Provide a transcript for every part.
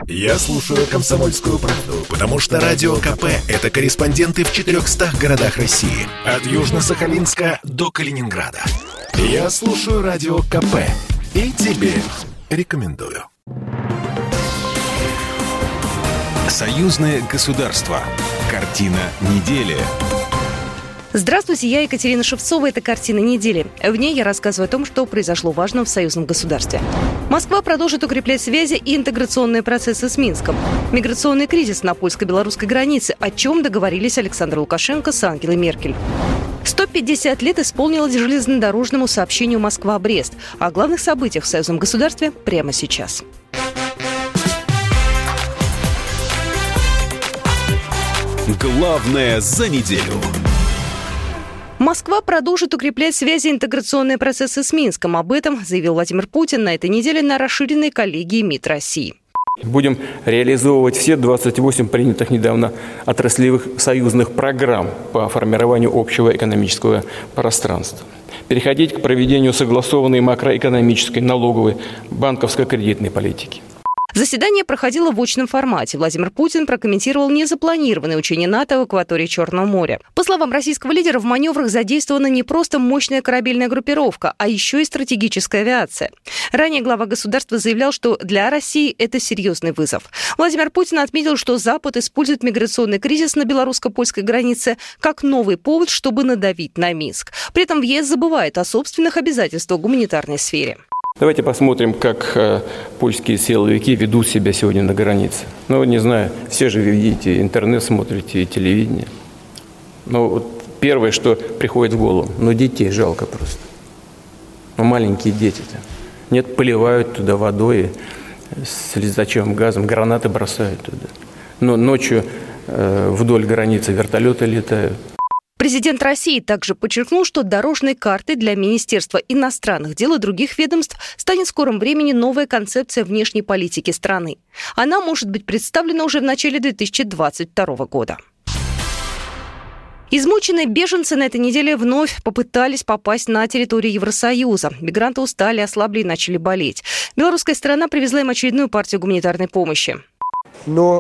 Я слушаю «Комсомольскую правду», потому что Радио КП – это корреспонденты в 400 городах России. От Южно-Сахалинска до Калининграда. Я слушаю Радио КП и тебе рекомендую. Союзное государство. Картина недели. Здравствуйте, я Екатерина Шевцова. Это «Картина недели». В ней я рассказываю о том, что произошло важного в союзном государстве. Москва продолжит укреплять связи и интеграционные процессы с Минском. Миграционный кризис на польско-белорусской границе. О чем договорились Александр Лукашенко с Ангелой Меркель. 150 лет исполнилось железнодорожному сообщению Москва-Брест. О главных событиях в союзном государстве прямо сейчас. Главное за неделю. Москва продолжит укреплять связи и интеграционные процессы с Минском. Об этом заявил Владимир Путин на этой неделе на расширенной коллегии МИД России. Будем реализовывать все 28 принятых недавно отраслевых союзных программ по формированию общего экономического пространства. Переходить к проведению согласованной макроэкономической, налоговой, банковско-кредитной политики. Заседание проходило в очном формате. Владимир Путин прокомментировал незапланированное учение НАТО в акватории Черного моря. По словам российского лидера, в маневрах задействована не просто мощная корабельная группировка, а еще и стратегическая авиация. Ранее глава государства заявлял, что для России это серьезный вызов. Владимир Путин отметил, что Запад использует миграционный кризис на белорусско-польской границе как новый повод, чтобы надавить на Минск. При этом в ЕС забывает о собственных обязательствах в гуманитарной сфере. Давайте посмотрим, как польские силовики ведут себя сегодня на границе. Не знаю, все же видите, интернет смотрите и телевидение. Первое, что приходит в голову, детей жалко просто. Маленькие дети-то. Нет, поливают туда водой, слезоточивым газом, гранаты бросают туда. Но ночью вдоль границы вертолеты летают. Президент России также подчеркнул, что дорожной картой для Министерства иностранных дел и других ведомств станет в скором времени новая концепция внешней политики страны. Она может быть представлена уже в начале 2022 года. Измученные беженцы на этой неделе вновь попытались попасть на территорию Евросоюза. Мигранты устали, ослабли и начали болеть. Белорусская сторона привезла им очередную партию гуманитарной помощи. Мы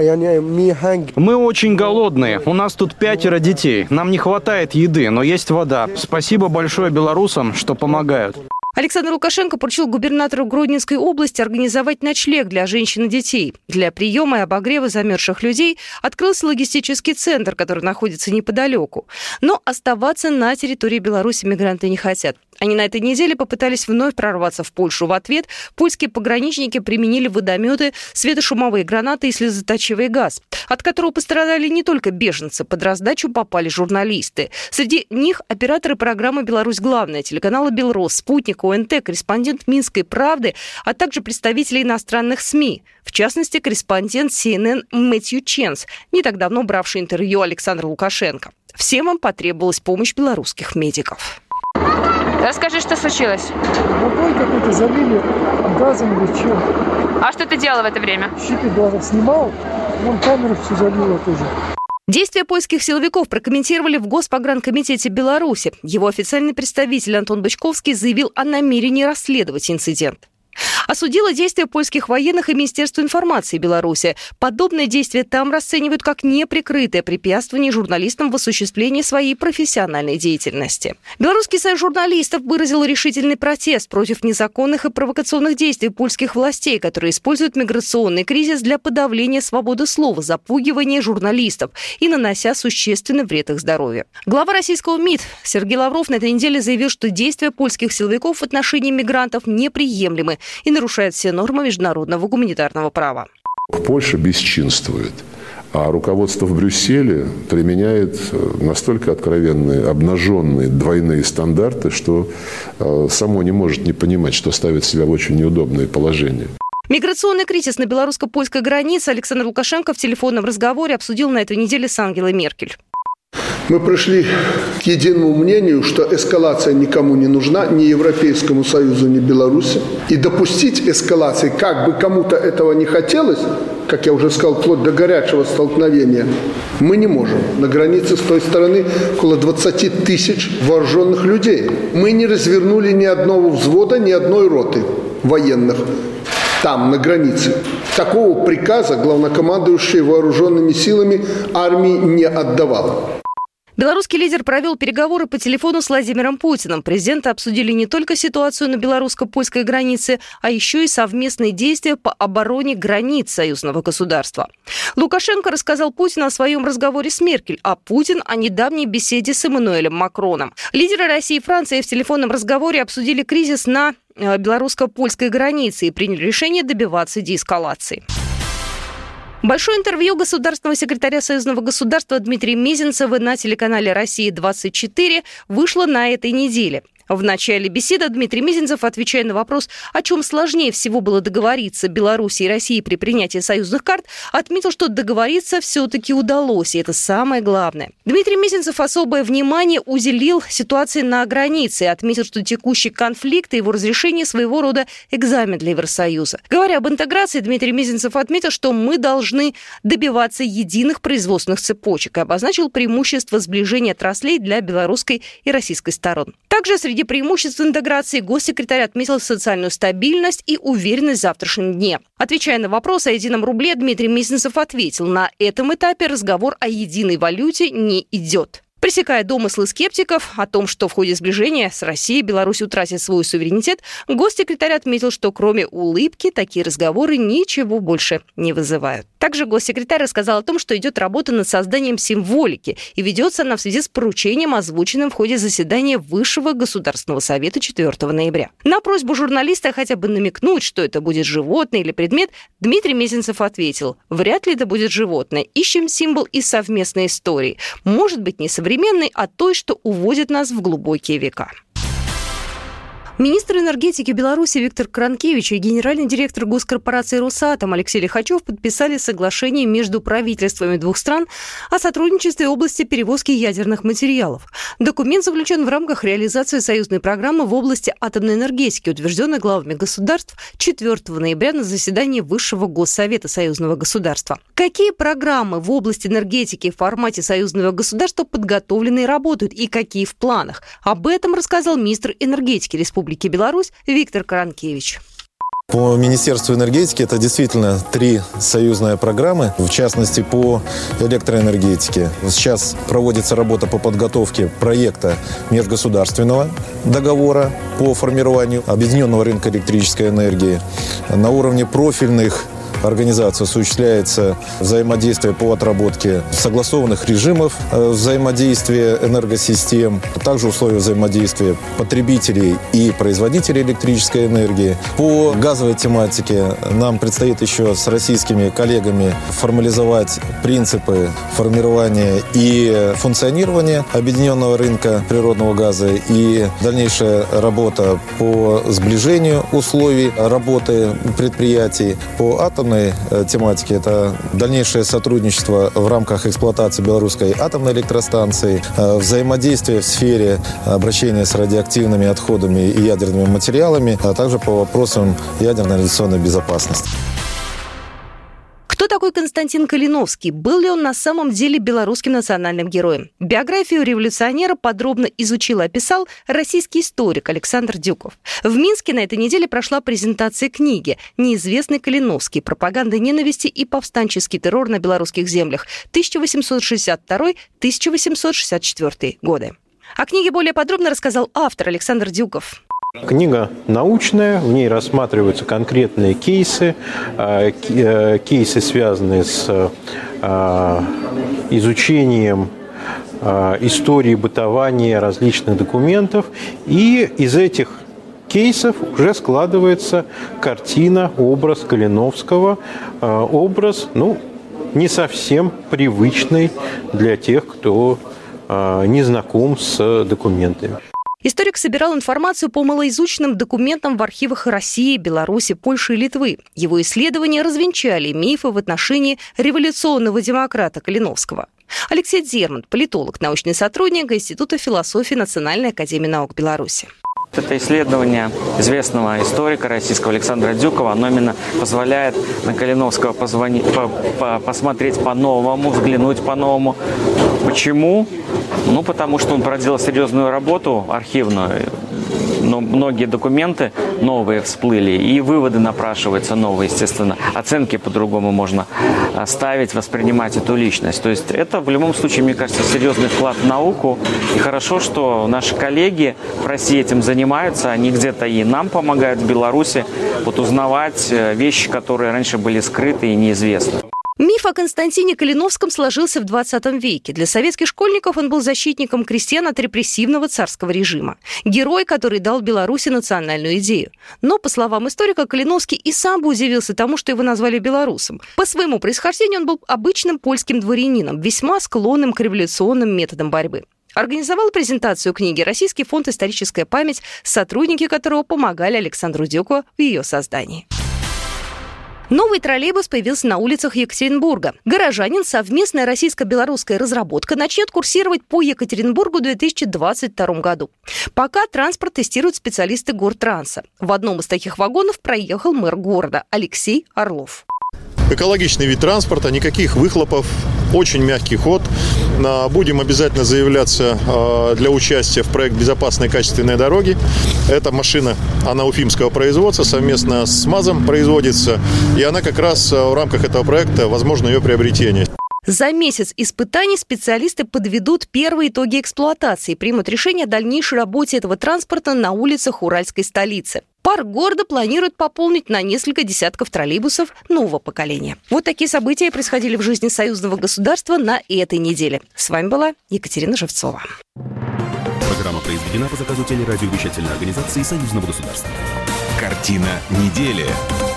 очень голодные. У нас тут 5 детей. Нам не хватает еды, но есть вода. Спасибо большое белорусам, что помогают. Александр Лукашенко поручил губернатору Гродненской области организовать ночлег для женщин и детей. Для приема и обогрева замерзших людей открылся логистический центр, который находится неподалеку. Но оставаться на территории Беларуси мигранты не хотят. Они на этой неделе попытались вновь прорваться в Польшу. В ответ польские пограничники применили водометы, светошумовые гранаты и слезоточивый газ, от которого пострадали не только беженцы. Под раздачу попали журналисты. Среди них операторы программы «Беларусь главная», телеканала «Белрос», «Спутник», ОНТ, корреспондент «Минской правды», а также представители иностранных СМИ. В частности, корреспондент CNN Мэтью Ченс, не так давно бравший интервью Александра Лукашенко. Всем им потребовалась помощь белорусских медиков. Расскажи, что случилось? Водой какой-то залили, газом или чем. А что ты делала в это время? Щиты глаза снимал, вон камеру все залило тоже. Действия польских силовиков прокомментировали в Госпогранкомитете Беларуси. Его официальный представитель Антон Бычковский заявил о намерении расследовать инцидент. Осудило действия польских военных и Министерство информации Беларуси. Подобные действия там расценивают как неприкрытое препятствование журналистам в осуществлении своей профессиональной деятельности. Белорусский союз журналистов выразил решительный протест против незаконных и провокационных действий польских властей, которые используют миграционный кризис для подавления свободы слова, запугивания журналистов и нанося существенный вред их здоровью. Глава российского МИД Сергей Лавров на этой неделе заявил, что действия польских силовиков в отношении мигрантов неприемлемы и нарушает все нормы международного гуманитарного права. Польша бесчинствует, а руководство в Брюсселе применяет настолько откровенные, обнаженные двойные стандарты, что само не может не понимать, что ставит себя в очень неудобное положение. Миграционный кризис на белорусско-польской границе Александр Лукашенко в телефонном разговоре обсудил на этой неделе с Ангелой Меркель. Мы пришли к единому мнению, что эскалация никому не нужна, ни Европейскому Союзу, ни Беларуси. И допустить эскалации, как бы кому-то этого не хотелось, как я уже сказал, вплоть до горячего столкновения, мы не можем. На границе с той стороны около 20 тысяч вооруженных людей. Мы не развернули ни одного взвода, ни одной роты военных. там, на границе. Такого приказа главнокомандующий вооруженными силами армии не отдавал. Белорусский лидер провел переговоры по телефону с Владимиром Путиным. Президенты обсудили не только ситуацию на белорусско-польской границе, а еще и совместные действия по обороне границ союзного государства. Лукашенко рассказал Путину о своем разговоре с Меркель, а Путин о недавней беседе с Эммануэлем Макроном. Лидеры России и Франции в телефонном разговоре обсудили кризис на белорусско-польской границе и приняли решение добиваться деэскалации. Большое интервью государственного секретаря Союзного государства Дмитрия Мезенцева на телеканале «Россия-24» вышло на этой неделе. В начале беседы Дмитрий Мезенцев, отвечая на вопрос, о чем сложнее всего было договориться Беларуси и России при принятии союзных карт, отметил, что договориться все-таки удалось, и это самое главное. Дмитрий Мезенцев особое внимание уделил ситуации на границе и отметил, что текущий конфликт и его разрешение своего рода экзамен для Евросоюза. Говоря об интеграции, Дмитрий Мезенцев отметил, что мы должны добиваться единых производственных цепочек и обозначил преимущество сближения отраслей для белорусской и российской сторон. Также среди преимуществ интеграции госсекретарь отметил социальную стабильность и уверенность в завтрашнем дне. Отвечая на вопрос о едином рубле, Дмитрий Мезенцев ответил, на этом этапе разговор о единой валюте не идет. Пресекая домыслы скептиков о том, что в ходе сближения с Россией Беларусь утратит свой суверенитет, госсекретарь отметил, что кроме улыбки такие разговоры ничего больше не вызывают. Также госсекретарь рассказал о том, что идет работа над созданием символики и ведется она в связи с поручением, озвученным в ходе заседания Высшего Государственного Совета 4 ноября. На просьбу журналиста хотя бы намекнуть, что это будет животное или предмет, Дмитрий Мезенцев ответил: вряд ли это будет животное. Ищем символ из совместной истории. Может быть, не современной, а той, что уводит нас в глубокие века. Министр энергетики Беларуси Виктор Кранкевич и генеральный директор госкорпорации «Росатом» Алексей Лихачев подписали соглашение между правительствами двух стран о сотрудничестве в области перевозки ядерных материалов. Документ заключен в рамках реализации союзной программы в области атомной энергетики, утвержденной главами государств 4 ноября на заседании Высшего Госсовета союзного государства. Какие программы в области энергетики в формате союзного государства подготовлены и работают, и какие в планах? Об этом рассказал министр энергетики Республики Беларусь Виктор Кранкевич. По Министерству энергетики это действительно 3 союзные программы, в частности по электроэнергетике. Сейчас проводится работа по подготовке проекта межгосударственного договора по формированию объединенного рынка электрической энергии. На уровне профильных организации осуществляется взаимодействие по отработке согласованных режимов взаимодействия энергосистем, также условия взаимодействия потребителей и производителей электрической энергии. По газовой тематике нам предстоит еще с российскими коллегами формализовать принципы формирования и функционирования объединенного рынка природного газа и дальнейшая работа по сближению условий работы предприятий. По атомной тематике это дальнейшее сотрудничество в рамках эксплуатации белорусской атомной электростанции, взаимодействие в сфере обращения с радиоактивными отходами и ядерными материалами, а также по вопросам ядерной радиационной безопасности. Кто такой Константин Калиновский? Был ли он на самом деле белорусским национальным героем? Биографию революционера подробно изучил и описал российский историк Александр Дюков. В Минске на этой неделе прошла презентация книги «Неизвестный Калиновский. Пропаганда ненависти и повстанческий террор на белорусских землях. 1862-1864 годы». О книге более подробно рассказал автор Александр Дюков. Книга научная, в ней рассматриваются конкретные кейсы, связанные с изучением истории бытования различных документов. И из этих кейсов уже складывается картина, образ Калиновского, образ, не совсем привычный для тех, кто не знаком с документами. Историк собирал информацию по малоизученным документам в архивах России, Беларуси, Польши и Литвы. Его исследования развенчали мифы в отношении революционного демократа Калиновского. Алексей Дзерман, политолог, научный сотрудник Института философии Национальной академии наук Беларуси. Это исследование известного историка российского Александра Дюкова. Оно именно позволяет на Калиновского посмотреть по-новому, взглянуть по-новому. Почему? Потому что он проделал серьезную работу архивную. но многие документы новые всплыли, и выводы напрашиваются новые, естественно. Оценки по-другому можно ставить, воспринимать эту личность. То есть это в любом случае, мне кажется, серьезный вклад в науку. И хорошо, что наши коллеги в России этим занимаются, они где-то и нам помогают в Беларуси узнавать вещи, которые раньше были скрыты и неизвестны. Миф о Константине Калиновском сложился в 20 веке. Для советских школьников он был защитником крестьян от репрессивного царского режима. Герой, который дал Беларуси национальную идею. Но, по словам историка, Калиновский и сам бы удивился тому, что его назвали белорусом. По своему происхождению он был обычным польским дворянином, весьма склонным к революционным методам борьбы. Организовал презентацию книги Российский фонд «Историческая память», сотрудники которого помогали Александру Дюкову в ее создании. Новый троллейбус появился на улицах Екатеринбурга. Горожанин, совместная российско-белорусская разработка, начнет курсировать по Екатеринбургу в 2022 году. Пока транспорт тестируют специалисты Гортранса. В одном из таких вагонов проехал мэр города Алексей Орлов. Экологичный вид транспорта, никаких выхлопов, очень мягкий ход. Будем обязательно заявляться для участия в проект «Безопасные качественные дороги». Эта машина, она уфимского производства, совместно с МАЗом производится. И она как раз в рамках этого проекта возможно ее приобретение. За месяц испытаний специалисты подведут первые итоги эксплуатации и примут решение о дальнейшей работе этого транспорта на улицах уральской столицы. Парк города планирует пополнить на несколько десятков троллейбусов нового поколения. Вот такие события происходили в жизни союзного государства на этой неделе. С вами была Екатерина Живцова. Программа произведена по заказу телерадиовещательной организации союзного государства. Картина недели.